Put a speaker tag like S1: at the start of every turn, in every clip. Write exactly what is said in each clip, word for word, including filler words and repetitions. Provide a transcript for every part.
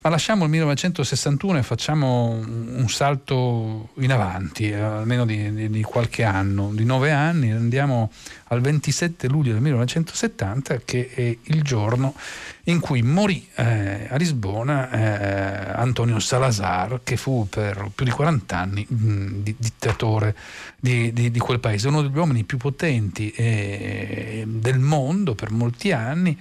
S1: Ma lasciamo il millenovecentosessantuno e facciamo un salto in avanti, almeno di, di, di qualche anno, di nove anni, andiamo al ventisette luglio del millenovecentosettanta, che è il giorno in cui morì eh, a Lisbona eh, Antonio Salazar, che fu per più di quaranta anni mh, di, dittatore di, di, di quel paese, uno degli uomini più potenti eh, del mondo per molti anni.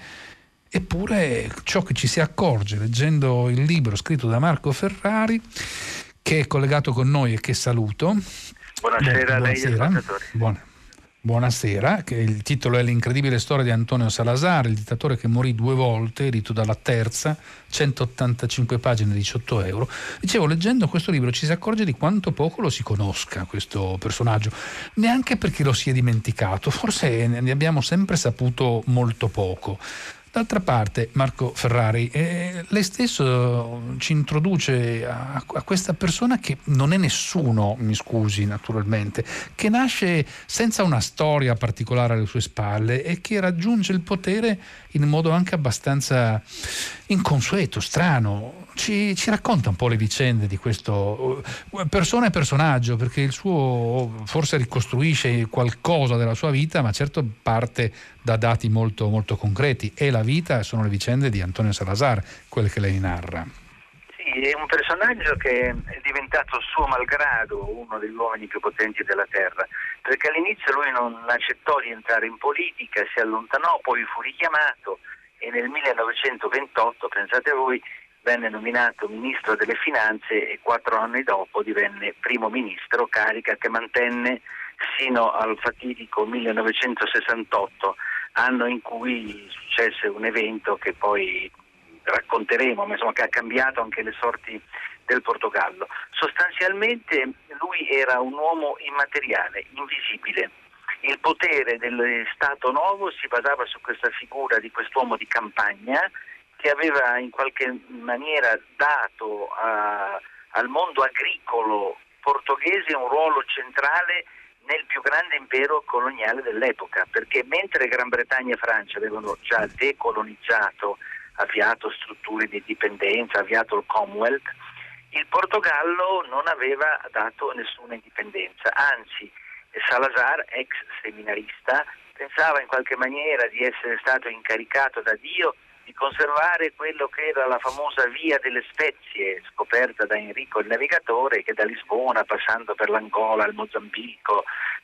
S1: Eppure ciò che ci si accorge leggendo il libro scritto da Marco Ferrari, che è collegato con noi e che saluto.
S2: Buonasera a lei, ascoltatori.
S1: Buona. Buonasera, che il titolo è L'incredibile storia di Antonio Salazar, il dittatore che morì due volte, rito dalla terza, centottantacinque pagine, diciotto euro. Dicevo, leggendo questo libro ci si accorge di quanto poco lo si conosca questo personaggio, neanche perché lo si è dimenticato, forse ne abbiamo sempre saputo molto poco. D'altra parte, Marco Ferrari, eh, lei stesso ci introduce a, a questa persona che non è nessuno, mi scusi naturalmente, che nasce senza una storia particolare alle sue spalle e che raggiunge il potere in modo anche abbastanza inconsueto, strano. Ci, ci racconta un po' le vicende di questo persona e personaggio, perché il suo forse ricostruisce qualcosa della sua vita, ma certo parte da dati molto, molto concreti. E la vita sono le vicende di Antonio Salazar, quelle che lei narra.
S2: Sì, è un personaggio che è diventato suo malgrado uno degli uomini più potenti della terra, perché all'inizio lui non accettò di entrare in politica, si allontanò, poi fu richiamato e nel millenovecentoventotto, pensate voi, venne nominato ministro delle finanze e quattro anni dopo divenne primo ministro, carica che mantenne sino al fatidico millenovecentosessantotto, anno in cui successe un evento che poi racconteremo, ma insomma che ha cambiato anche le sorti del Portogallo. Sostanzialmente lui era un uomo immateriale, invisibile. Il potere del Stato Novo si basava su questa figura di quest'uomo di campagna che aveva in qualche maniera dato a, al mondo agricolo portoghese un ruolo centrale nel più grande impero coloniale dell'epoca, perché mentre Gran Bretagna e Francia avevano già decolonizzato, avviato strutture di indipendenza, avviato il Commonwealth, il Portogallo non aveva dato nessuna indipendenza, anzi Salazar, ex seminarista, pensava in qualche maniera di essere stato incaricato da Dio di conservare quello che era la famosa via delle spezie scoperta da Enrico il Navigatore, che da Lisbona, passando per l'Angola, il Mozambico,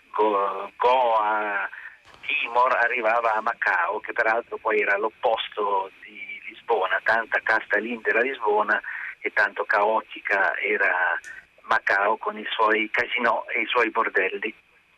S2: Go- Goa, Timor, arrivava a Macao, che peraltro poi era l'opposto di Lisbona, tanta casta linda era Lisbona e tanto caotica era Macao con i suoi casinò e i suoi bordelli.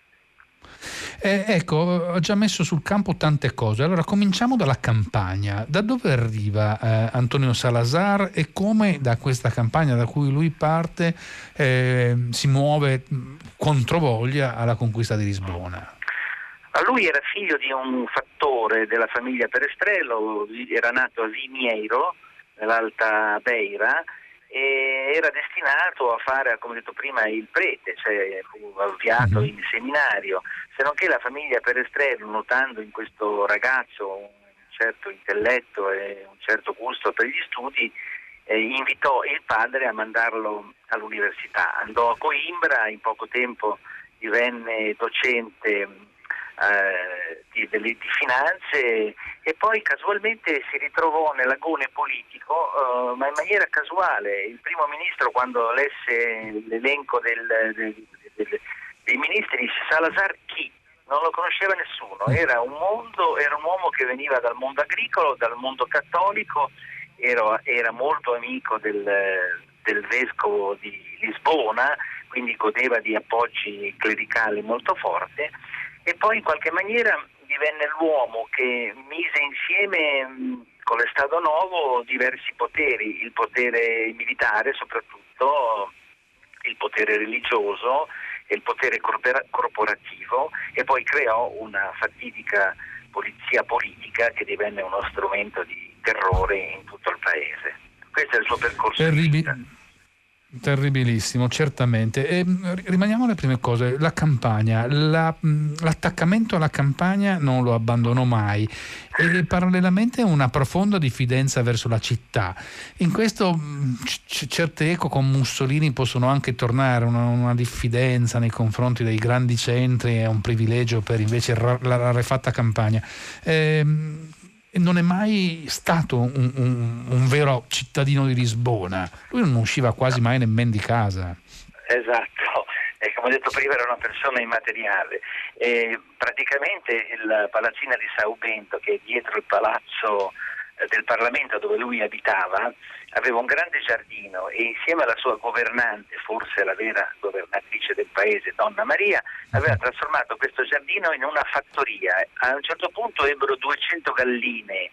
S1: Eh, ecco, ho già messo sul campo tante cose. Allora cominciamo dalla campagna. Da dove arriva eh, Antonio Salazar e come da questa campagna da cui lui parte eh, si muove controvoglia alla conquista di Lisbona?
S2: Ma lui era figlio di un fattore della famiglia Perestrello, era nato a Vimieiro, nell'Alta Beira, e era destinato a fare, come detto prima, il prete, cioè fu avviato in seminario, se non che la famiglia Perestrello, notando in questo ragazzo un certo intelletto e un certo gusto per gli studi, eh, invitò il padre a mandarlo all'università. Andò a Coimbra, in poco tempo divenne docente Eh, di, di, di finanze e poi casualmente si ritrovò nell'agone politico, eh, ma in maniera casuale. Il primo ministro, quando lesse l'elenco del, del, del, dei ministri, disse: Salazar chi? Non lo conosceva nessuno, era un mondo, era un uomo che veniva dal mondo agricolo, dal mondo cattolico, era, era molto amico del, del vescovo di Lisbona, quindi godeva di appoggi clericali molto forti. E poi in qualche maniera divenne l'uomo che mise insieme mh, con lo Stato Novo diversi poteri, il potere militare soprattutto, il potere religioso e il potere corpora- corporativo, e poi creò una fatidica polizia politica che divenne uno strumento di terrore in tutto il paese. Questo è il suo percorso
S1: Terribi-
S2: di vita.
S1: Terribilissimo, certamente. E, rimaniamo alle prime cose. La campagna, la, l'attaccamento alla campagna non lo abbandonò mai e parallelamente una profonda diffidenza verso la città. In questo c- certe eco con Mussolini possono anche tornare, una, una diffidenza nei confronti dei grandi centri e un privilegio per invece ra- la rarefatta campagna. Ehm, non è mai stato un, un, un vero cittadino di Lisbona. Lui non usciva quasi mai nemmeno di casa.
S2: Esatto, e come ho detto prima era una persona immateriale. E praticamente la palazzina di Sao Bento, che è dietro il palazzo del Parlamento dove lui abitava, aveva un grande giardino e insieme alla sua governante, forse la vera governatrice del paese, Donna Maria, aveva trasformato questo giardino in una fattoria. A un certo punto ebbero duecento galline,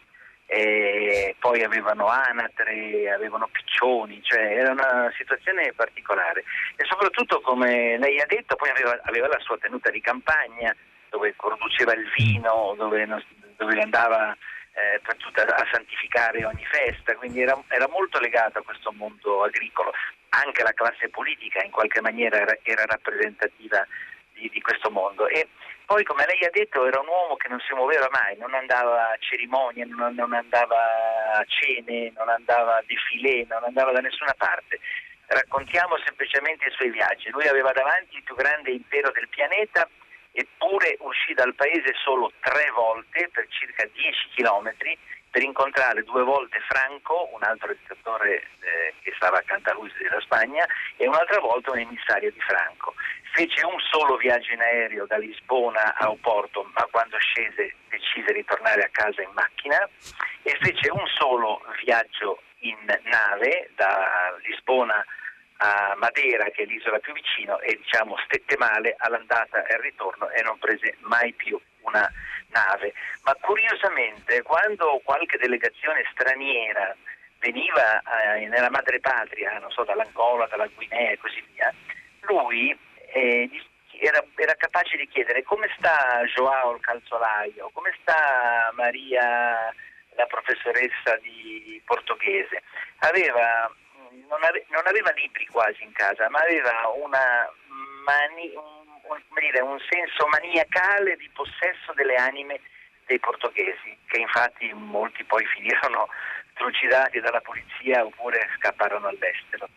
S2: e poi avevano anatre, avevano piccioni, cioè era una situazione particolare. E soprattutto, come lei ha detto, poi aveva, aveva la sua tenuta di campagna dove produceva il vino, dove, dove andava Eh, per tutta, a santificare ogni festa, quindi era, era molto legato a questo mondo agricolo. Anche la classe politica in qualche maniera era, era rappresentativa di, di questo mondo. E poi, come lei ha detto, era un uomo che non si muoveva mai, non andava a cerimonie, non, non andava a cene, non andava a defilé, non andava da nessuna parte. Raccontiamo semplicemente i suoi viaggi. Lui aveva davanti il più grande impero del pianeta, eppure uscì dal paese solo tre volte per circa dieci chilometri per incontrare due volte Franco, un altro dittatore eh, che stava accanto a lui della Spagna, e un'altra volta un emissario di Franco. Fece un solo viaggio in aereo da Lisbona a Oporto, ma quando scese decise di tornare a casa in macchina, e fece un solo viaggio in nave da Lisbona a Madeira, che è l'isola più vicino, e diciamo stette male all'andata e al ritorno e non prese mai più una nave. Ma curiosamente, quando qualche delegazione straniera veniva eh, nella madrepatria, non so, dall'Angola, dalla Guinea e così via, lui eh, era, era capace di chiedere: come sta Joao il calzolaio, come sta Maria la professoressa di portoghese. Aveva Non, ave, non aveva libri quasi in casa, ma aveva una mani, un, un, come dire, un senso maniacale di possesso delle anime dei portoghesi, che infatti molti poi finirono trucidati dalla polizia oppure scapparono all'estero.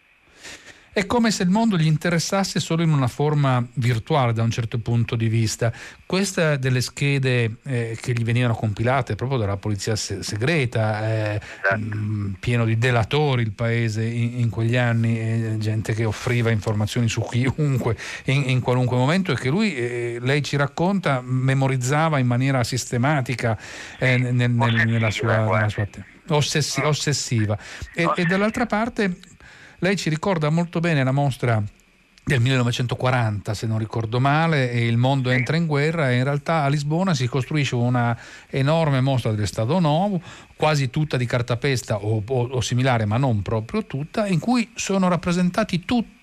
S1: È come se il mondo gli interessasse solo in una forma virtuale da un certo punto di vista. Queste delle schede eh, che gli venivano compilate proprio dalla polizia se- segreta, eh,
S2: Esatto.
S1: mh, pieno di delatori il paese in, in quegli anni, eh, gente che offriva informazioni su chiunque in, in qualunque momento, e che lui, eh, lei ci racconta, memorizzava in maniera sistematica eh, nel, nel, nella sua, nella sua te- ossessi- ossessiva. E, e dall'altra parte lei ci ricorda molto bene la mostra del millenovecentoquaranta, se non ricordo male, e il mondo
S2: Sì.
S1: entra in guerra, e in realtà a Lisbona si costruisce una enorme mostra dell'Estado Novo, quasi tutta di cartapesta o, o, o similare, ma non proprio tutta, in cui sono rappresentati tutti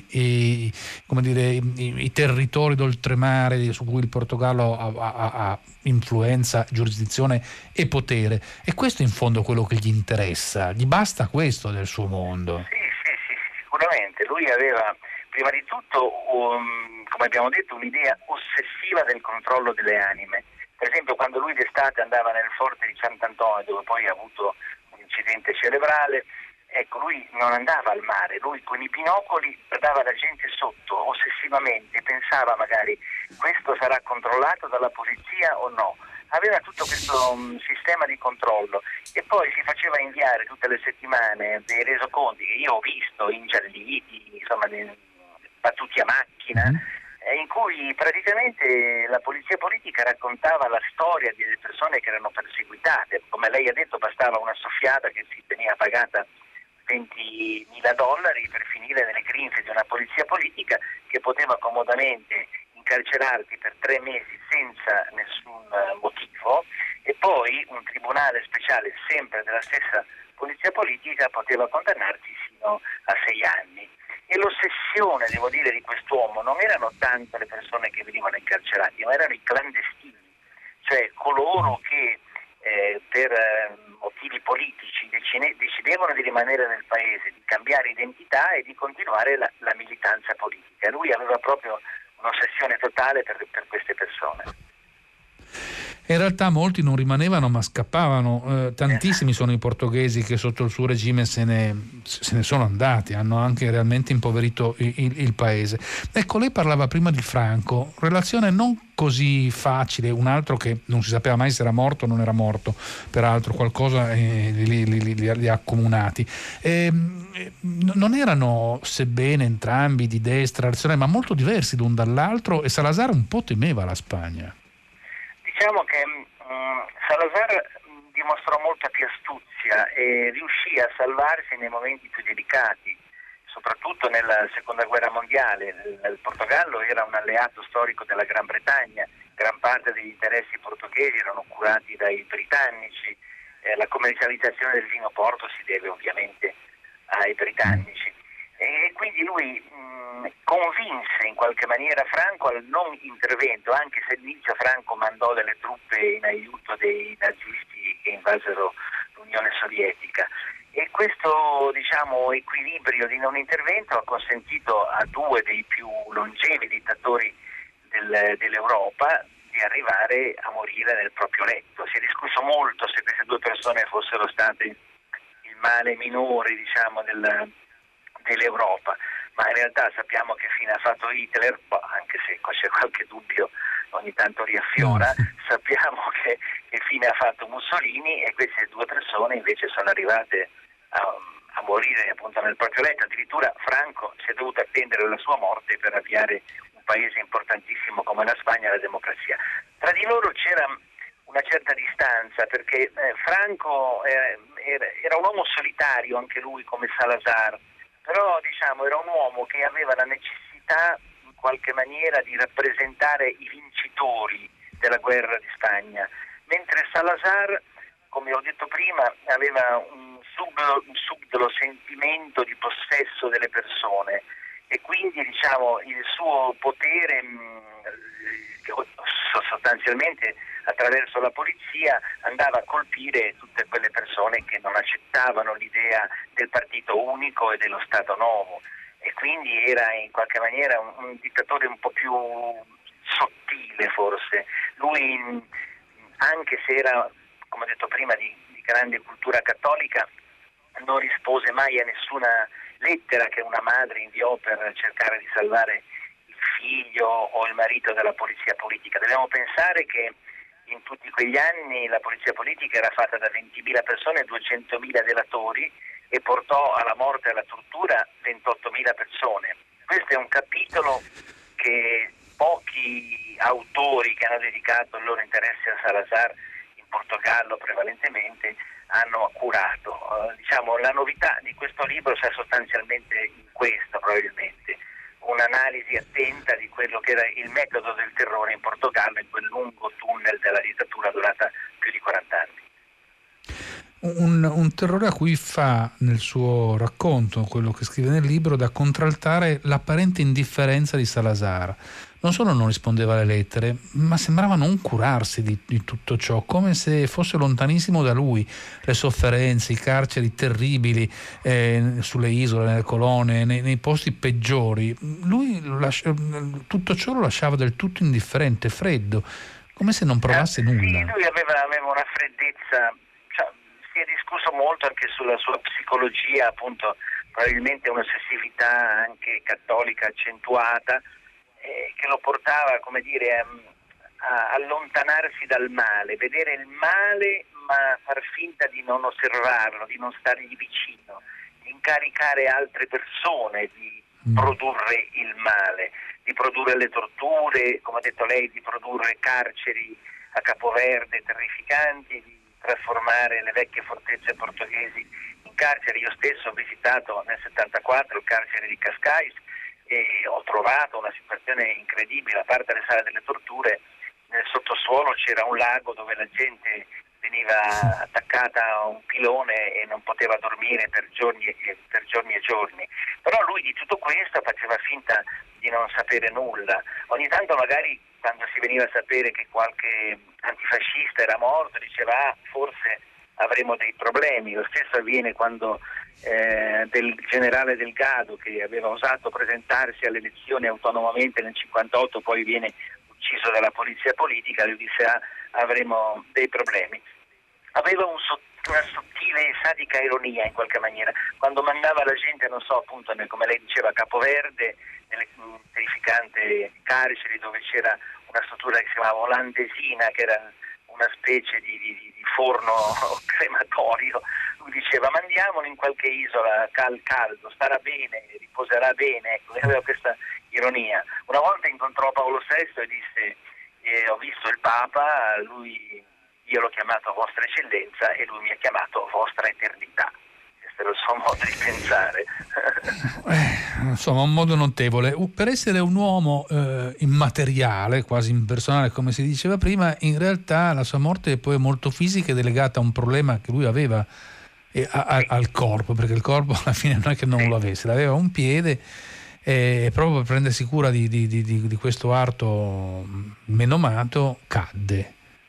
S1: I, come dire, i, i territori d'oltremare su cui il Portogallo ha, ha, ha influenza, giurisdizione e potere. E questo in fondo è quello che gli interessa, gli basta questo del suo mondo.
S2: Sì, sì, sì, sicuramente. Lui aveva prima di tutto, um, come abbiamo detto, un'idea ossessiva del controllo delle anime. Per esempio, quando lui d'estate andava nel forte di Sant'Antonio, dove poi ha avuto un incidente cerebrale, ecco, lui non andava al mare, lui con i binocoli guardava la gente sotto ossessivamente, pensava magari: questo sarà controllato dalla polizia o no? Aveva tutto questo um, sistema di controllo, e poi si faceva inviare tutte le settimane dei resoconti che io ho visto ingialliti, insomma, battuti a macchina, mm-hmm. in cui praticamente la polizia politica raccontava la storia delle persone che erano perseguitate. Come lei ha detto, bastava una soffiata che si veniva pagata ventimila dollari per finire nelle grinfie di una polizia politica, che poteva comodamente incarcerarti per tre mesi senza nessun motivo, e poi un tribunale speciale sempre della stessa polizia politica poteva condannarti fino a sei anni. E l'ossessione, devo dire, di quest'uomo non erano tanto le persone che venivano incarcerati, ma erano i clandestini, cioè coloro che eh, per eh, motivi politici decine, decidevano di rimanere nel paese, di cambiare identità e di continuare la, la militanza politica. Lui aveva proprio un'ossessione totale per, per queste persone.
S1: In realtà molti non rimanevano ma scappavano, eh, tantissimi sono i portoghesi che sotto il suo regime se ne, se ne sono andati, hanno anche realmente impoverito il, il, il paese. Ecco, lei parlava prima di Franco, relazione non così facile, un altro che non si sapeva mai se era morto o non era morto, peraltro qualcosa eh, li, li, li, li ha accomunati. E, non erano, sebbene entrambi di destra, ma molto diversi l'un dall'altro, e Salazar un po' temeva la Spagna.
S2: Diciamo che um, Salazar dimostrò molta più astuzia e riuscì a salvarsi nei momenti più delicati, soprattutto nella seconda guerra mondiale. Il Portogallo era un alleato storico della Gran Bretagna, gran parte degli interessi portoghesi erano curati dai britannici, eh, la commercializzazione del vino Porto si deve ovviamente ai britannici. E quindi lui mh, convinse in qualche maniera Franco al non intervento, anche se all'inizio Franco mandò delle truppe in aiuto dei nazisti che invasero l'Unione Sovietica. E questo, diciamo, equilibrio di non intervento ha consentito a due dei più longevi dittatori del, dell'Europa di arrivare a morire nel proprio letto. Si è discusso molto se queste due persone fossero state il male minore, diciamo, del dell'Europa, ma in realtà sappiamo che fine ha fatto Hitler, anche se c'è qualche dubbio ogni tanto riaffiora, sappiamo che, che fine ha fatto Mussolini, e queste due persone invece sono arrivate a, a morire appunto nel proprio letto. Addirittura Franco si è dovuto attendere la sua morte per avviare un paese importantissimo come la Spagna alla democrazia. Tra di loro c'era una certa distanza, perché eh, Franco eh, era, era un uomo solitario anche lui come Salazar, però diciamo era un uomo che aveva la necessità in qualche maniera di rappresentare i vincitori della guerra di Spagna, mentre Salazar, come ho detto prima, aveva un subdolo, un subdolo sentimento di possesso delle persone, e quindi diciamo il suo potere mh, sostanzialmente attraverso la polizia andava a colpire tutte quelle persone che non accettavano l'idea del partito unico e dello Stato nuovo, e quindi era in qualche maniera un, un dittatore un po' più sottile forse. Lui, anche se era, come ho detto prima, di, di grande cultura cattolica, non rispose mai a nessuna lettera che una madre inviò per cercare di salvare il figlio o il marito dalla polizia politica. Dobbiamo pensare che in tutti quegli anni la polizia politica era fatta da ventimila persone e duecentomila delatori, e portò alla morte e alla tortura ventottomila persone. Questo è un capitolo che pochi autori che hanno dedicato il loro interesse a Salazar, in Portogallo prevalentemente, hanno curato. Uh, diciamo, la novità di questo libro sta sostanzialmente in questo, probabilmente un'analisi attenta di quello che era il metodo del terrore in Portogallo in quel lungo tunnel della dittatura durata più di quaranta anni.
S1: Un, un terrore a cui fa nel suo racconto, quello che scrive nel libro, da contraltare l'apparente indifferenza di Salazar. Non solo non rispondeva alle lettere, ma sembrava non curarsi di, di tutto ciò, come se fosse lontanissimo da lui. Le sofferenze, i carceri terribili eh, sulle isole, nelle colonie, nei, nei posti peggiori. Lui lo lascia, tutto ciò lo lasciava del tutto indifferente, freddo, come se non provasse
S2: eh,
S1: nulla.
S2: Sì, lui aveva, aveva una freddezza. Cioè, si è discusso molto anche sulla sua psicologia, appunto, probabilmente un'ossessività anche cattolica accentuata, che lo portava, come dire, a, a allontanarsi dal male, vedere il male ma far finta di non osservarlo, di non stargli vicino, di incaricare altre persone di produrre il male, di produrre le torture, come ha detto lei, di produrre carceri a capoverde terrificanti, di trasformare le vecchie fortezze portoghesi in carceri. Io stesso ho visitato nel settantaquattro il carcere di Cascais e ho trovato una situazione incredibile. A parte le sale delle torture, nel sottosuolo c'era un lago dove la gente veniva attaccata a un pilone e non poteva dormire per giorni e, per giorni, e giorni. Però Però lui di tutto questo faceva finta di non sapere nulla. Ogni tanto magari quando si veniva a sapere che qualche antifascista era morto diceva ah, forse avremo dei problemi. Lo stesso avviene quando eh, del generale Delgado, che aveva osato presentarsi alle elezioni autonomamente nel cinquantotto, poi viene ucciso dalla polizia politica, lui disse ah, avremo dei problemi. Aveva un so- una sottile e sadica ironia in qualche maniera, quando mandava la gente, non so, appunto, come lei diceva, a Capoverde, nelle terrificante carceri dove c'era una struttura che si chiamava Olandesina, che era una specie di, di, di forno crematorio. Lui diceva mandiamolo in qualche isola cal caldo, starà bene, riposerà bene, ecco, aveva questa ironia. Una volta incontrò Paolo sesto e disse eh, ho visto il Papa, lui, io l'ho chiamato Vostra Eccellenza e lui mi ha chiamato Vostra Eternità. Questo era il suo modo di pensare.
S1: Eh, insomma, un modo notevole. Per essere un uomo eh, immateriale, quasi impersonale, come si diceva prima, in realtà la sua morte è poi molto fisica ed è legata a un problema che lui aveva eh, a, a, al corpo, perché il corpo alla fine non è che non lo avesse, l'aveva un piede e proprio per prendersi cura di, di, di, di questo arto menomato cadde.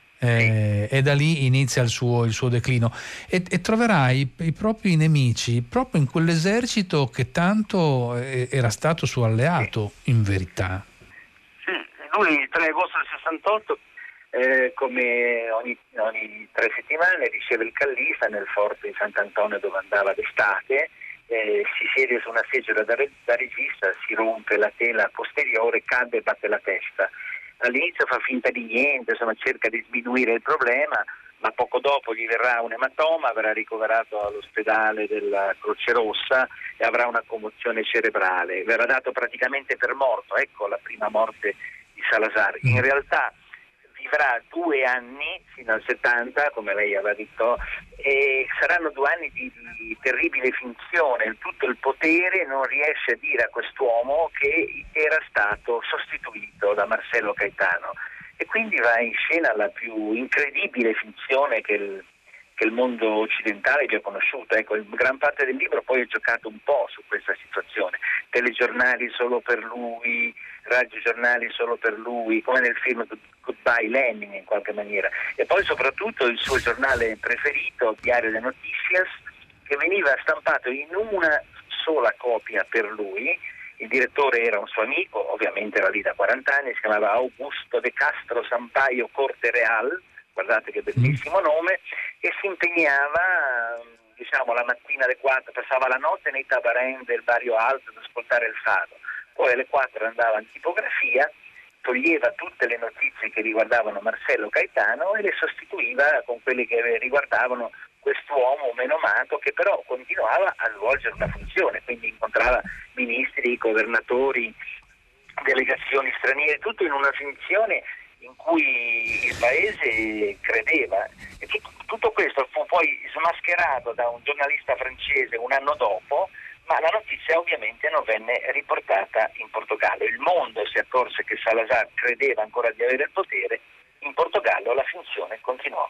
S1: Eh, e da lì inizia il suo, il suo declino e, e troverai i, i propri nemici proprio in quell'esercito che tanto eh, era stato suo alleato in verità.
S2: Sì, lui il tre agosto del sessantotto eh, come ogni, ogni tre settimane riceve il Callista nel forte di Sant'Antonio dove andava d'estate, eh, si siede su una seggiola da, da regista, si rompe la tela posteriore, cade e batte la testa. All'inizio fa finta di niente, insomma cerca di sminuire il problema, ma poco dopo gli verrà un ematoma, verrà ricoverato all'ospedale della Croce Rossa e avrà una commozione cerebrale. Verrà dato praticamente per morto, ecco la prima morte di Salazar. In realtà vivrà due anni fino al settanta, come lei aveva detto, e saranno due anni di, di terribile finzione. Tutto il potere non riesce a dire a quest'uomo che era stato sostituito da Marcello Caetano e quindi va in scena la più incredibile finzione che il, che il mondo occidentale abbia conosciuto. Ecco, gran parte del libro poi è giocato un po' su questa situazione, telegiornali solo per lui, radiogiornali solo per lui, come nel film Goodbye Lenin in qualche maniera, e poi soprattutto il suo giornale preferito, Diario de Noticias, che veniva stampato in una sola copia per lui. Il direttore era un suo amico, ovviamente era lì da quaranta anni, si chiamava Augusto de Castro Sampaio Corte Real, guardate che bellissimo nome, e si impegnava, diciamo, la mattina alle quattro, passava la notte nei tabarén del Barrio Alto ad ascoltare il fado, poi alle quattro andava in tipografia, toglieva tutte le notizie che riguardavano Marcello Caetano e le sostituiva con quelle che riguardavano quest'uomo menomato che però continuava a svolgere una funzione, quindi incontrava ministri, governatori, delegazioni straniere, tutto in una funzione in cui il paese credeva. E tutto, tutto questo fu poi smascherato da un giornalista francese un anno dopo, ma la notizia ovviamente non venne riportata in Portogallo. Il mondo si accorse che Salazar credeva ancora di avere il potere, in Portogallo la finzione continuò.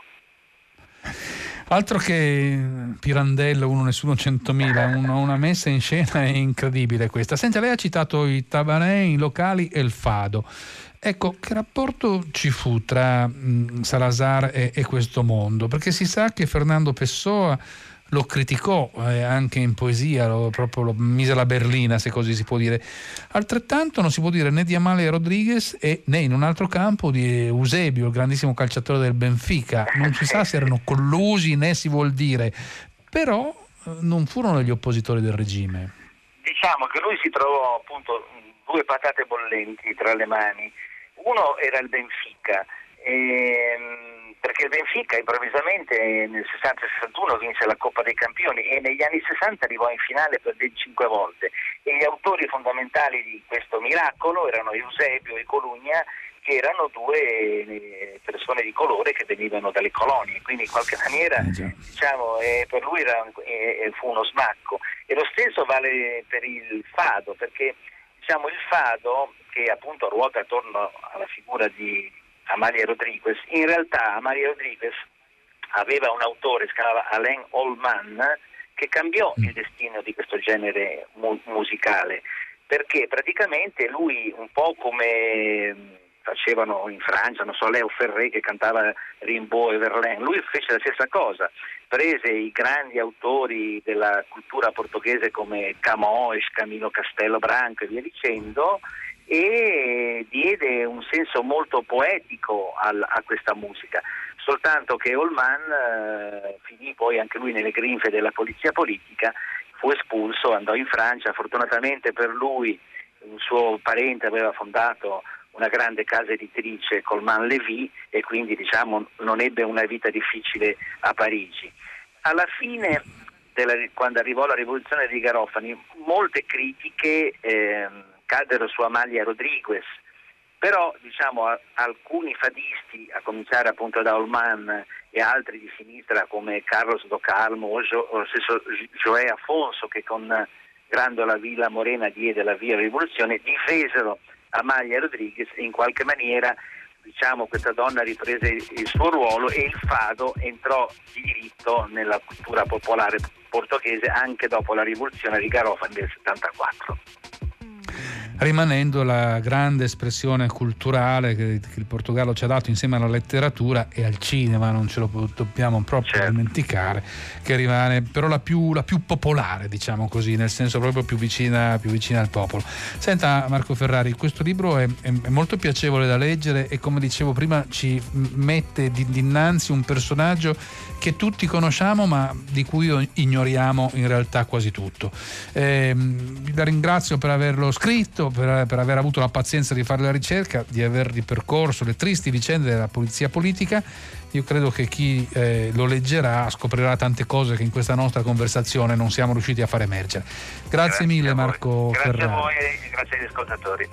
S1: Altro che Pirandello, uno nessuno centomila, una, una messa in scena incredibile questa. Senti, lei ha citato i tabaré, i locali e il fado. Ecco, che rapporto ci fu tra mh, Salazar e, e questo mondo? Perché si sa che Fernando Pessoa lo criticò eh, anche in poesia, lo, proprio lo mise la berlina, se così si può dire. Altrettanto non si può dire né di Amalia Rodriguez e né in un altro campo di Eusebio, il grandissimo calciatore del Benfica. Non si sa se erano collusi né si vuol dire, però eh, non furono gli oppositori del regime.
S2: Diciamo che lui si trovò appunto due patate bollenti tra le mani. Uno era il Benfica, ehm, perché il Benfica improvvisamente nel sessanta sessantuno vinse la Coppa dei Campioni e negli anni sessanta arrivò in finale per venticinque volte e gli autori fondamentali di questo miracolo erano Eusebio e Colugna, che erano due persone di colore che venivano dalle colonie, quindi in qualche maniera eh diciamo, eh, per lui era, eh, fu uno smacco. E lo stesso vale per il fado, perché diciamo il fado, che appunto ruota attorno alla figura di Amalia Rodriguez, in realtà Amalia Rodriguez aveva un autore, si chiamava Alain Holman, che cambiò il destino di questo genere mu- musicale, perché praticamente lui, un po' come facevano in Francia, non so, Léo Ferré che cantava Rimbaud e Verlaine, lui fece la stessa cosa, prese i grandi autori della cultura portoghese come Camões, Camilo Castelo Branco e via dicendo, e diede un senso molto poetico al, a questa musica, soltanto che Holman eh, finì poi anche lui nelle grinfie della polizia politica, fu espulso, andò in Francia, fortunatamente per lui un suo parente aveva fondato una grande casa editrice, Colman Lévy, e quindi diciamo non ebbe una vita difficile a Parigi. Alla fine, della, quando arrivò la rivoluzione dei Garofani, molte critiche eh, caddero su Amalia Rodriguez, però diciamo a, alcuni fadisti, a cominciare appunto da Holman e altri di sinistra come Carlos do Carmo o, jo, o lo stesso Joé Afonso, che con Grandola Villa Morena diede la via alla rivoluzione, difesero Amalia Rodriguez e in qualche maniera diciamo questa donna riprese il suo ruolo e il fado entrò di diritto nella cultura popolare portoghese anche dopo la rivoluzione di Garofani del settantaquattro.
S1: Rimanendo la grande espressione culturale che, che il Portogallo ci ha dato insieme alla letteratura e al cinema, non ce lo dobbiamo proprio certo. dimenticare, che rimane però la più, la più popolare, diciamo così, nel senso proprio più vicina, più vicina al popolo. Senta Marco Ferrari, questo libro è, è, è molto piacevole da leggere e, come dicevo prima, ci mette di, dinanzi un personaggio che tutti conosciamo ma di cui ignoriamo in realtà quasi tutto. Eh, la ringrazio per averlo scritto, Per, per aver avuto la pazienza di fare la ricerca, di aver ripercorso le tristi vicende della polizia politica. Io credo che chi eh, lo leggerà scoprirà tante cose che in questa nostra conversazione non siamo riusciti a far emergere. Grazie, grazie mille Marco
S2: grazie
S1: Ferrari.
S2: Grazie a voi e grazie agli ascoltatori.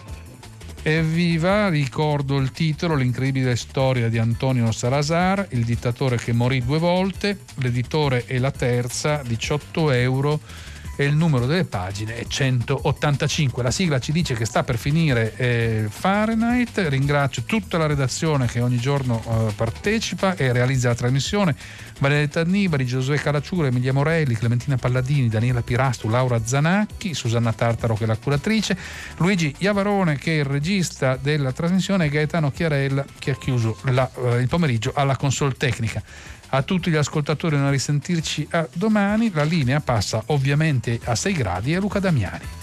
S1: Evviva, ricordo il titolo: L'incredibile storia di Antonio Salazar, il dittatore che morì due volte. L'editore è La Terza, diciotto euro. E il numero delle pagine è centottantacinque. La sigla ci dice che sta per finire eh, Fahrenheit. Ringrazio tutta la redazione che ogni giorno eh, partecipa e realizza la trasmissione: Benedetta Annibali, Giosuè Calacciura, Emilia Morelli, Clementina Palladini, Daniela Pirastu, Laura Zanacchi, Susanna Tartaro che è la curatrice, Luigi Iavarone che è il regista della trasmissione e Gaetano Chiarella che ha chiuso la, eh, il pomeriggio alla console tecnica. A tutti gli ascoltatori, a risentirci a domani. La linea passa ovviamente a sei gradi e Luca Damiani.